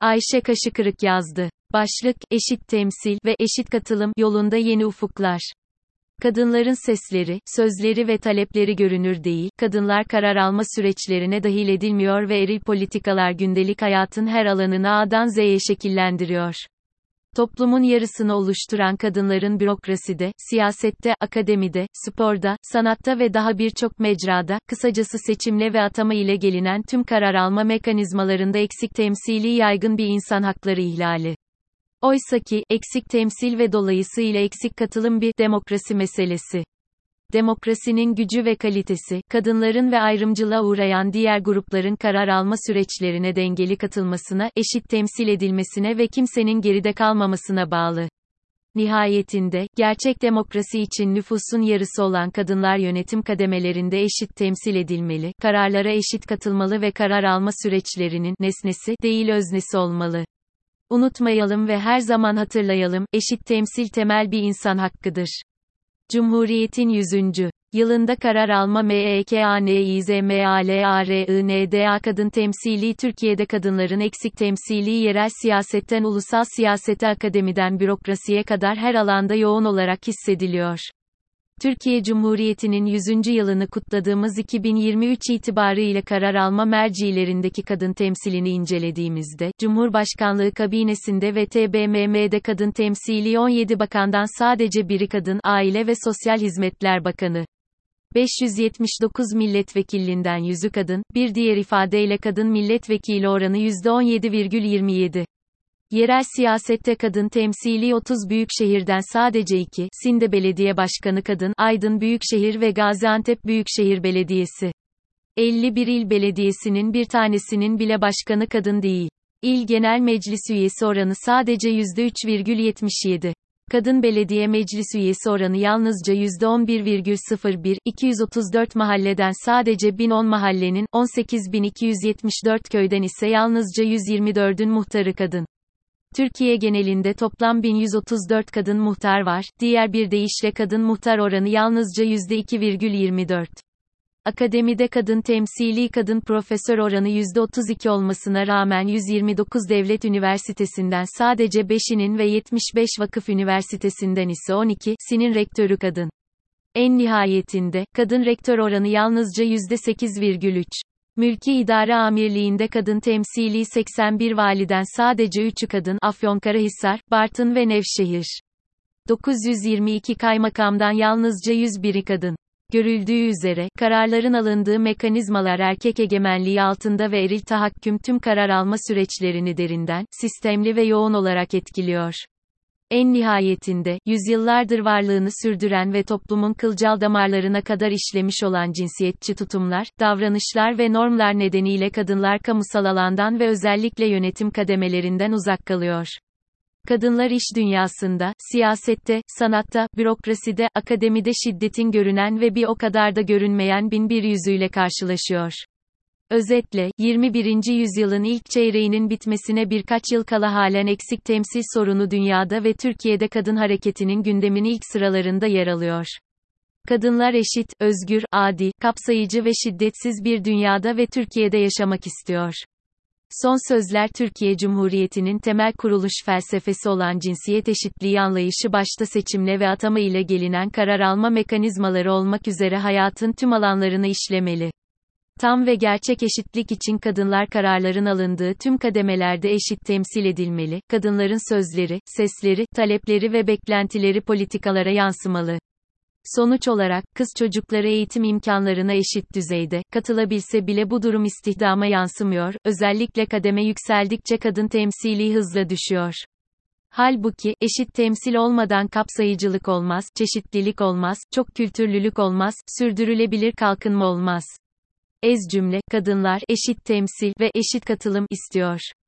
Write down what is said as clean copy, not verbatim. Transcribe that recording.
Ayşe Kaşıkırık yazdı. Başlık, eşit temsil ve eşit katılım yolunda yeni ufuklar. Kadınların sesleri, sözleri ve talepleri görünür değil, kadınlar karar alma süreçlerine dahil edilmiyor ve eril politikalar gündelik hayatın her alanını A'dan Z'ye şekillendiriyor. Toplumun yarısını oluşturan kadınların bürokraside, siyasette, akademide, sporda, sanatta ve daha birçok mecrada, kısacası seçimle ve atama ile gelinen tüm karar alma mekanizmalarında eksik temsili yaygın bir insan hakları ihlali. Oysaki, eksik temsil ve dolayısıyla eksik katılım bir demokrasi meselesi. Demokrasinin gücü ve kalitesi, kadınların ve ayrımcılığa uğrayan diğer grupların karar alma süreçlerine dengeli katılmasına, eşit temsil edilmesine ve kimsenin geride kalmamasına bağlı. Nihayetinde, gerçek demokrasi için nüfusun yarısı olan kadınlar yönetim kademelerinde eşit temsil edilmeli, kararlara eşit katılmalı ve karar alma süreçlerinin nesnesi değil öznesi olmalı. Unutmayalım ve her zaman hatırlayalım, eşit temsil temel bir insan hakkıdır. Cumhuriyetin 100. yılında karar alma mekanizmalarında kadın temsili Türkiye'de kadınların eksik temsili yerel siyasetten ulusal siyasete akademiden bürokrasiye kadar her alanda yoğun olarak hissediliyor. Türkiye Cumhuriyeti'nin 100. yılını kutladığımız 2023 itibarıyla karar alma mercilerindeki kadın temsilini incelediğimizde, Cumhurbaşkanlığı kabinesinde ve TBMM'de kadın temsili 17 bakandan sadece biri kadın, Aile ve Sosyal Hizmetler Bakanı. 579 milletvekilliğinden 100'ü kadın, bir diğer ifadeyle kadın milletvekili oranı %17,27. Yerel siyasette kadın temsili 30 büyük şehirden sadece 2, Sinde Belediye Başkanı kadın, Aydın Büyükşehir ve Gaziantep Büyükşehir Belediyesi. 51 il belediyesinin bir tanesinin bile başkanı kadın değil. İl Genel Meclis üyesi oranı sadece %3,77. Kadın belediye meclis üyesi oranı yalnızca %11,01, 234 mahalleden sadece 1010 mahallenin, 18.274 köyden ise yalnızca 124'ün muhtarı kadın. Türkiye genelinde toplam 1134 kadın muhtar var, diğer bir deyişle kadın muhtar oranı yalnızca %2,24. Akademide kadın temsili kadın profesör oranı %32 olmasına rağmen 129 devlet üniversitesinden sadece 5'inin ve 75 vakıf üniversitesinden ise 12'sinin rektörü kadın. En nihayetinde, kadın rektör oranı yalnızca %8,3. Mülki İdare Amirliği'nde kadın temsili 81 validen sadece 3'ü kadın, Afyonkarahisar, Bartın ve Nevşehir. 922 kaymakamdan yalnızca 101'i kadın. Görüldüğü üzere, kararların alındığı mekanizmalar erkek egemenliği altında ve eril tahakküm tüm karar alma süreçlerini derinden, sistemli ve yoğun olarak etkiliyor. En nihayetinde, yüzyıllardır varlığını sürdüren ve toplumun kılcal damarlarına kadar işlemiş olan cinsiyetçi tutumlar, davranışlar ve normlar nedeniyle kadınlar kamusal alandan ve özellikle yönetim kademelerinden uzak kalıyor. Kadınlar iş dünyasında, siyasette, sanatta, bürokraside, akademide şiddetin görünen ve bir o kadar da görünmeyen binbir yüzüyle karşılaşıyor. Özetle, 21. yüzyılın ilk çeyreğinin bitmesine birkaç yıl kala halen eksik temsil sorunu dünyada ve Türkiye'de kadın hareketinin gündemin ilk sıralarında yer alıyor. Kadınlar eşit, özgür, adil, kapsayıcı ve şiddetsiz bir dünyada ve Türkiye'de yaşamak istiyor. Son sözler Türkiye Cumhuriyeti'nin temel kuruluş felsefesi olan cinsiyet eşitliği anlayışı başta seçimle ve atama ile gelinen karar alma mekanizmaları olmak üzere hayatın tüm alanlarını işlemeli. Tam ve gerçek eşitlik için kadınlar kararların alındığı tüm kademelerde eşit temsil edilmeli, kadınların sözleri, sesleri, talepleri ve beklentileri politikalara yansımalı. Sonuç olarak, kız çocukları eğitim imkanlarına eşit düzeyde katılabilse bile bu durum istihdama yansımıyor, özellikle kademe yükseldikçe kadın temsili hızla düşüyor. Halbuki, eşit temsil olmadan kapsayıcılık olmaz, çeşitlilik olmaz, çok kültürlülük olmaz, sürdürülebilir kalkınma olmaz. Ez cümle, kadınlar eşit temsil ve eşit katılım istiyor.